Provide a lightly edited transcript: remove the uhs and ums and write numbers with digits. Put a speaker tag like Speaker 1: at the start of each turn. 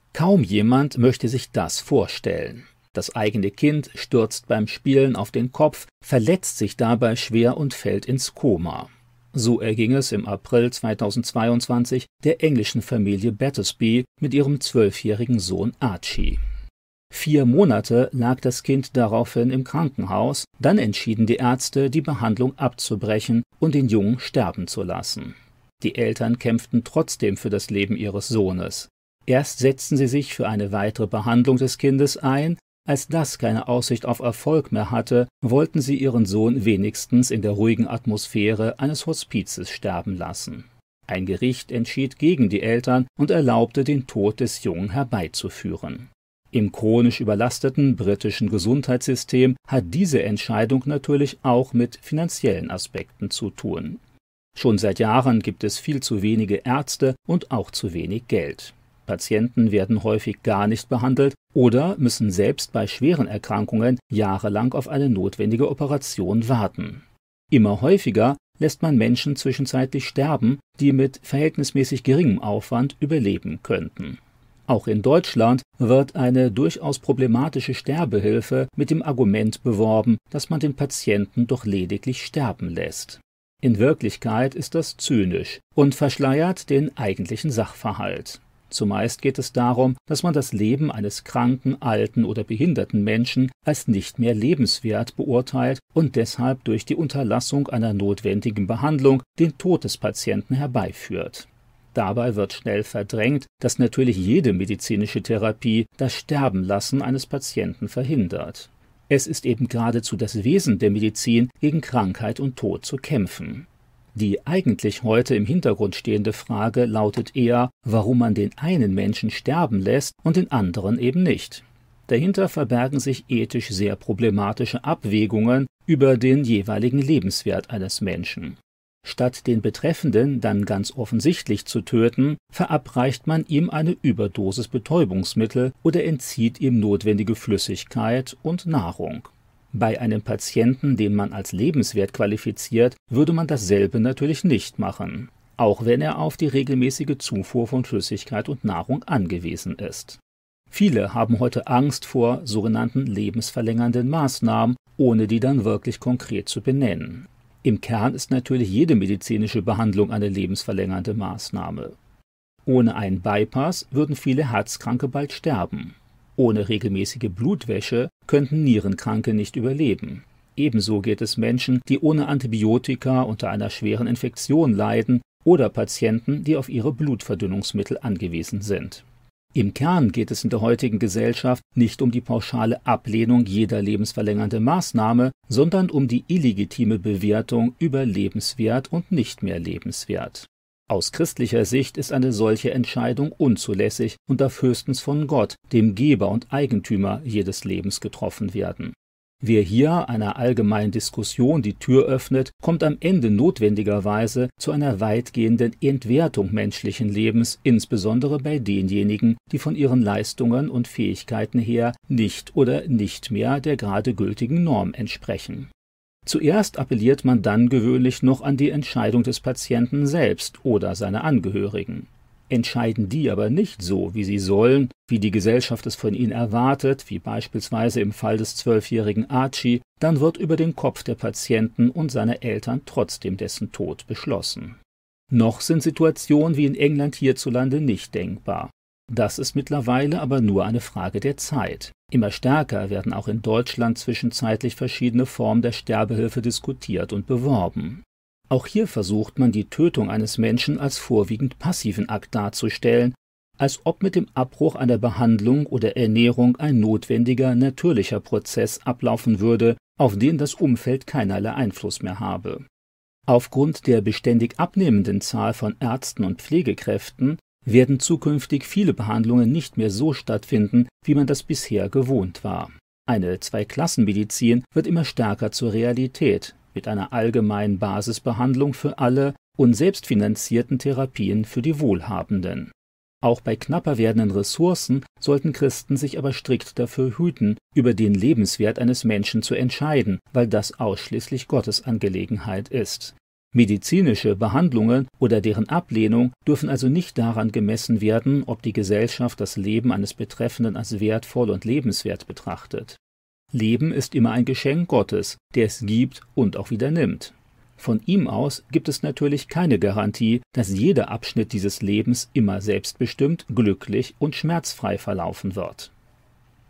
Speaker 1: Kaum jemand möchte sich das vorstellen. Das eigene Kind stürzt beim Spielen auf den Kopf, verletzt sich dabei schwer und fällt ins Koma. So erging es im April 2022 der englischen Familie Battersby mit ihrem 12-jährigen Sohn Archie. 4 Monate lag das Kind daraufhin im Krankenhaus, dann entschieden die Ärzte, die Behandlung abzubrechen und den Jungen sterben zu lassen. Die Eltern kämpften trotzdem für das Leben ihres Sohnes. Erst setzten sie sich für eine weitere Behandlung des Kindes ein. Als das keine Aussicht auf Erfolg mehr hatte, wollten sie ihren Sohn wenigstens in der ruhigen Atmosphäre eines Hospizes sterben lassen. Ein Gericht entschied gegen die Eltern und erlaubte, den Tod des Jungen herbeizuführen. Im chronisch überlasteten britischen Gesundheitssystem hat diese Entscheidung natürlich auch mit finanziellen Aspekten zu tun. Schon seit Jahren gibt es viel zu wenige Ärzte und auch zu wenig Geld. Patienten werden häufig gar nicht behandelt oder müssen selbst bei schweren Erkrankungen jahrelang auf eine notwendige Operation warten. Immer häufiger lässt man Menschen zwischenzeitlich sterben, die mit verhältnismäßig geringem Aufwand überleben könnten. Auch in Deutschland wird eine durchaus problematische Sterbehilfe mit dem Argument beworben, dass man den Patienten doch lediglich sterben lässt. In Wirklichkeit ist das zynisch und verschleiert den eigentlichen Sachverhalt. Zumeist geht es darum, dass man das Leben eines kranken, alten oder behinderten Menschen als nicht mehr lebenswert beurteilt und deshalb durch die Unterlassung einer notwendigen Behandlung den Tod des Patienten herbeiführt. Dabei wird schnell verdrängt, dass natürlich jede medizinische Therapie das Sterbenlassen eines Patienten verhindert. Es ist eben geradezu das Wesen der Medizin, gegen Krankheit und Tod zu kämpfen. Die eigentlich heute im Hintergrund stehende Frage lautet eher, warum man den einen Menschen sterben lässt und den anderen eben nicht. Dahinter verbergen sich ethisch sehr problematische Abwägungen über den jeweiligen Lebenswert eines Menschen. Statt den Betreffenden dann ganz offensichtlich zu töten, verabreicht man ihm eine Überdosis Betäubungsmittel oder entzieht ihm notwendige Flüssigkeit und Nahrung. Bei einem Patienten, den man als lebenswert qualifiziert, würde man dasselbe natürlich nicht machen, auch wenn er auf die regelmäßige Zufuhr von Flüssigkeit und Nahrung angewiesen ist. Viele haben heute Angst vor sogenannten lebensverlängernden Maßnahmen, ohne die dann wirklich konkret zu benennen. Im Kern ist natürlich jede medizinische Behandlung eine lebensverlängernde Maßnahme. Ohne einen Bypass würden viele Herzkranke bald sterben. Ohne regelmäßige Blutwäsche könnten Nierenkranke nicht überleben. Ebenso geht es Menschen, die ohne Antibiotika unter einer schweren Infektion leiden oder Patienten, die auf ihre Blutverdünnungsmittel angewiesen sind. Im Kern geht es in der heutigen Gesellschaft nicht um die pauschale Ablehnung jeder lebensverlängernden Maßnahme, sondern um die illegitime Bewertung über lebenswert und nicht mehr lebenswert. Aus christlicher Sicht ist eine solche Entscheidung unzulässig und darf höchstens von Gott, dem Geber und Eigentümer jedes Lebens, getroffen werden. Wer hier einer allgemeinen Diskussion die Tür öffnet, kommt am Ende notwendigerweise zu einer weitgehenden Entwertung menschlichen Lebens, insbesondere bei denjenigen, die von ihren Leistungen und Fähigkeiten her nicht oder nicht mehr der gerade gültigen Norm entsprechen. Zuerst appelliert man dann gewöhnlich noch an die Entscheidung des Patienten selbst oder seiner Angehörigen. Entscheiden die aber nicht so, wie sie sollen, wie die Gesellschaft es von ihnen erwartet, wie beispielsweise im Fall des 12-jährigen Archie, dann wird über den Kopf der Patienten und seiner Eltern trotzdem dessen Tod beschlossen. Noch sind Situationen wie in England hierzulande nicht denkbar. Das ist mittlerweile aber nur eine Frage der Zeit. Immer stärker werden auch in Deutschland zwischenzeitlich verschiedene Formen der Sterbehilfe diskutiert und beworben. Auch hier versucht man, die Tötung eines Menschen als vorwiegend passiven Akt darzustellen, als ob mit dem Abbruch einer Behandlung oder Ernährung ein notwendiger, natürlicher Prozess ablaufen würde, auf den das Umfeld keinerlei Einfluss mehr habe. Aufgrund der beständig abnehmenden Zahl von Ärzten und Pflegekräften werden zukünftig viele Behandlungen nicht mehr so stattfinden, wie man das bisher gewohnt war. Eine Zweiklassenmedizin wird immer stärker zur Realität, mit einer allgemeinen Basisbehandlung für alle und selbstfinanzierten Therapien für die Wohlhabenden. Auch bei knapper werdenden Ressourcen sollten Christen sich aber strikt dafür hüten, über den Lebenswert eines Menschen zu entscheiden, weil das ausschließlich Gottes Angelegenheit ist. Medizinische Behandlungen oder deren Ablehnung dürfen also nicht daran gemessen werden, ob die Gesellschaft das Leben eines Betreffenden als wertvoll und lebenswert betrachtet. Leben ist immer ein Geschenk Gottes, der es gibt und auch wieder nimmt. Von ihm aus gibt es natürlich keine Garantie, dass jeder Abschnitt dieses Lebens immer selbstbestimmt, glücklich und schmerzfrei verlaufen wird.